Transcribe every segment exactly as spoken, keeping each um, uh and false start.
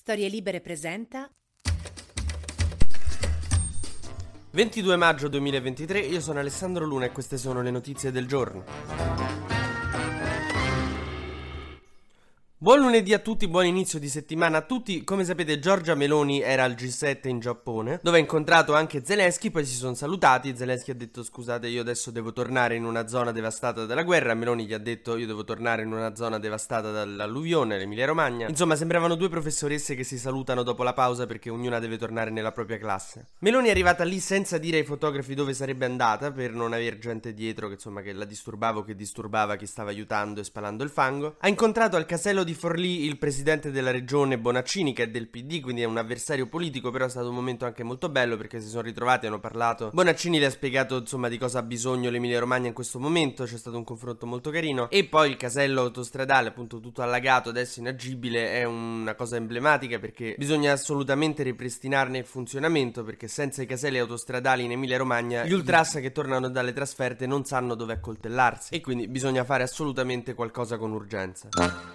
Storie Libere presenta ventidue maggio duemilaventitré, io sono Alessandro Luna e queste sono le notizie del giorno. Buon lunedì a tutti, buon inizio di settimana a tutti. Come sapete, Giorgia Meloni era al G sette in Giappone, dove ha incontrato anche Zelensky, poi si sono salutati. Zelensky ha detto: scusate, io adesso devo tornare in una zona devastata dalla guerra. Meloni gli ha detto: io devo tornare in una zona devastata dall'alluvione, l'Emilia Romagna. Insomma, sembravano due professoresse che si salutano dopo la pausa perché ognuna deve tornare nella propria classe. Meloni è arrivata lì senza dire ai fotografi dove sarebbe andata, per non aver gente dietro che insomma che la disturbava o che disturbava chi stava aiutando e spalando il fango. Ha incontrato al casello di Forlì il presidente della regione Bonaccini, che è del P D, quindi è un avversario politico, però è stato un momento anche molto bello perché si sono ritrovati, hanno parlato. Bonaccini le ha spiegato insomma di cosa ha bisogno l'Emilia Romagna in questo momento, c'è stato un confronto molto carino. E poi il casello autostradale, appunto tutto allagato, adesso inagibile, è una cosa emblematica perché bisogna assolutamente ripristinarne il funzionamento, perché senza i caselli autostradali in Emilia Romagna gli ultras che tornano dalle trasferte non sanno dove accoltellarsi e quindi bisogna fare assolutamente qualcosa con urgenza.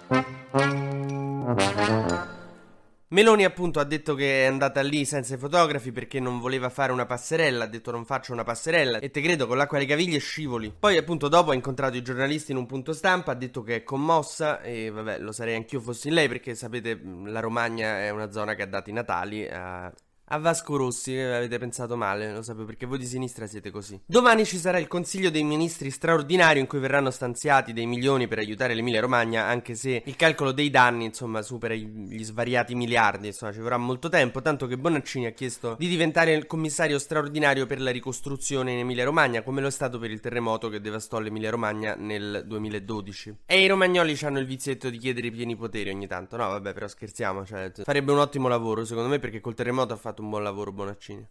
Meloni appunto ha detto che è andata lì senza i fotografi perché non voleva fare una passerella, ha detto non faccio una passerella e te credo, con l'acqua alle caviglie scivoli. Poi appunto dopo ha incontrato i giornalisti in un punto stampa, ha detto che è commossa e vabbè, lo sarei anch'io fossi lei, perché sapete la Romagna è una zona che ha dato i natali a... A Vasco Rossi, avete pensato male, lo sapevo perché voi di sinistra siete così. Domani ci sarà il Consiglio dei Ministri straordinario in cui verranno stanziati dei milioni per aiutare l'Emilia Romagna, anche se il calcolo dei danni insomma supera gli svariati miliardi, insomma ci vorrà molto tempo, tanto che Bonaccini ha chiesto di diventare il commissario straordinario per la ricostruzione in Emilia Romagna, come lo è stato per il terremoto che devastò l'Emilia Romagna nel duemiladodici. E i romagnoli hanno il vizietto di chiedere i pieni poteri ogni tanto. No vabbè, però scherziamo, cioè farebbe un ottimo lavoro secondo me, perché col terremoto ha fatto un buon lavoro Bonaccini.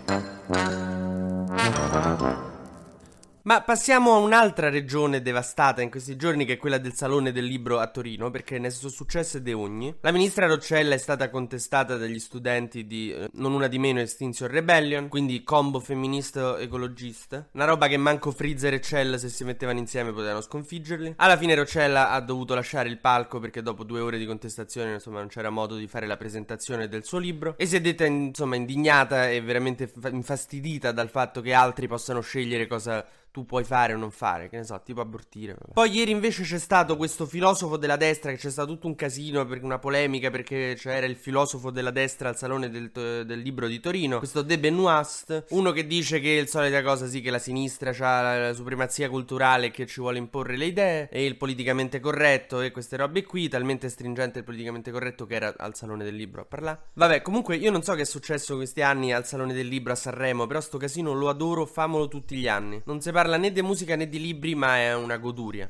Ma passiamo a un'altra regione devastata in questi giorni, che è quella del Salone del Libro a Torino, perché ne sono successe de ogni. La ministra Roccella è stata contestata dagli studenti di eh, non una di meno Extinction Rebellion, quindi combo femminista ecologista, una roba che manco Freezer e Cell, se si mettevano insieme, potevano sconfiggerli. Alla fine Roccella ha dovuto lasciare il palco perché dopo due ore di contestazione insomma non c'era modo di fare la presentazione del suo libro, e si è detta insomma indignata e veramente fa- infastidita dal fatto che altri possano scegliere cosa tu puoi fare o non fare, che ne so, tipo abortire. Vabbè. Poi ieri invece c'è stato questo filosofo della destra, che c'è stato tutto un casino, per una polemica, perché c'era il filosofo della destra al Salone del, del Libro di Torino, questo De Benoist, uno che dice che è il solita cosa, sì, che la sinistra ha la, la supremazia culturale, che ci vuole imporre le idee, e il politicamente corretto e queste robe qui, talmente stringente il politicamente corretto che era al Salone del Libro a parlare. Vabbè, comunque io non so che è successo questi anni al Salone del Libro a Sanremo, però sto casino lo adoro, famolo tutti gli anni. Non si parla né di musica né di libri, ma è una goduria.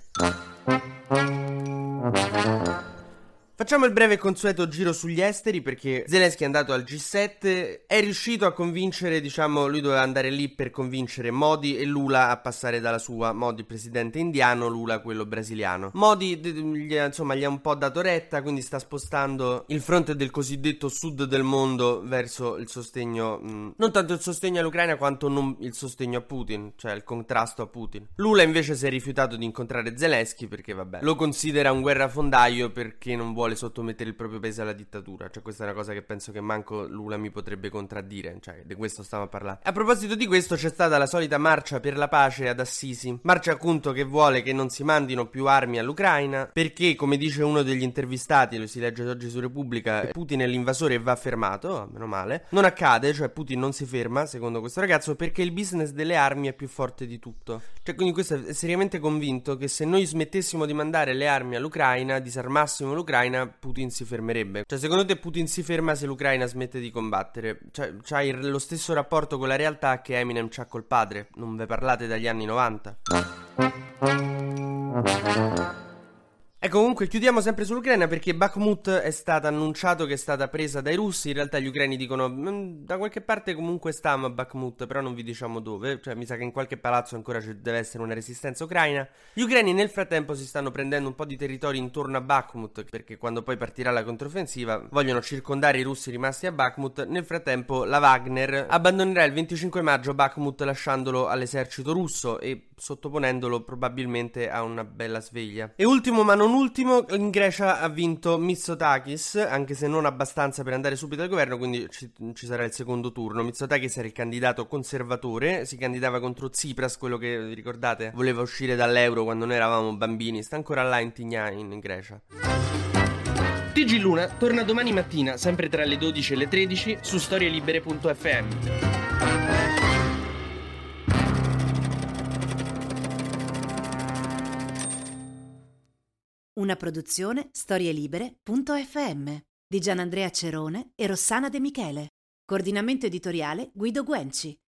Facciamo il breve e consueto giro sugli esteri, perché Zelensky è andato al G sette, è riuscito a convincere, diciamo, lui doveva andare lì per convincere Modi e Lula a passare dalla sua. Modi presidente indiano, Lula quello brasiliano. Modi gli, insomma gli ha un po' dato retta, quindi sta spostando il fronte del cosiddetto sud del mondo verso il sostegno, mh, non tanto il sostegno all'Ucraina quanto non il sostegno a Putin, cioè il contrasto a Putin. Lula invece si è rifiutato di incontrare Zelensky perché vabbè, lo considera un guerrafondaio perché non vuole sottomettere il proprio paese alla dittatura. Cioè questa è una cosa che penso che manco Lula mi potrebbe contraddire, cioè di questo stiamo a parlare. A proposito di questo, c'è stata la solita marcia per la pace ad Assisi, marcia appunto che vuole che non si mandino più armi all'Ucraina, perché come dice uno degli intervistati, lo si legge oggi su Repubblica, Putin è l'invasore e va fermato, meno male. Non accade, cioè Putin non si ferma secondo questo ragazzo, perché il business delle armi è più forte di tutto. Cioè quindi questo è seriamente convinto che se noi smettessimo di mandare le armi all'Ucraina, disarmassimo l'Ucraina, Putin si fermerebbe. Cioè secondo te Putin si ferma se l'Ucraina smette di combattere? Cioè c'hai lo stesso rapporto con la realtà che Eminem c'ha col padre. Non ve parlate dagli anni novanta? E comunque chiudiamo sempre sull'Ucraina, perché Bakhmut è stata annunciato che è stata presa dai russi. In realtà gli ucraini dicono da qualche parte comunque stiamo a Bakhmut, però non vi diciamo dove. Cioè mi sa che in qualche palazzo ancora ci deve essere una resistenza ucraina. Gli ucraini nel frattempo si stanno prendendo un po' di territori intorno a Bakhmut, perché quando poi partirà la controffensiva vogliono circondare i russi rimasti a Bakhmut. Nel frattempo la Wagner abbandonerà il venticinque maggio Bakhmut lasciandolo all'esercito russo, e sottoponendolo probabilmente a una bella sveglia. E ultimo ma non ultimo, in Grecia ha vinto Mitsotakis, anche se non abbastanza per andare subito al governo, quindi ci, ci sarà il secondo turno. Mitsotakis era il candidato conservatore, si candidava contro Tsipras, quello che, vi ricordate, voleva uscire dall'euro quando noi eravamo bambini, sta ancora là in Tigna, in, in Grecia. T G Luna torna domani mattina, sempre tra le dodici e le tredici, su storielibere punto effe emme. Una produzione storielibere punto effe emme di Gianandrea Cerone e Rossana De Michele. Coordinamento editoriale Guido Guenci.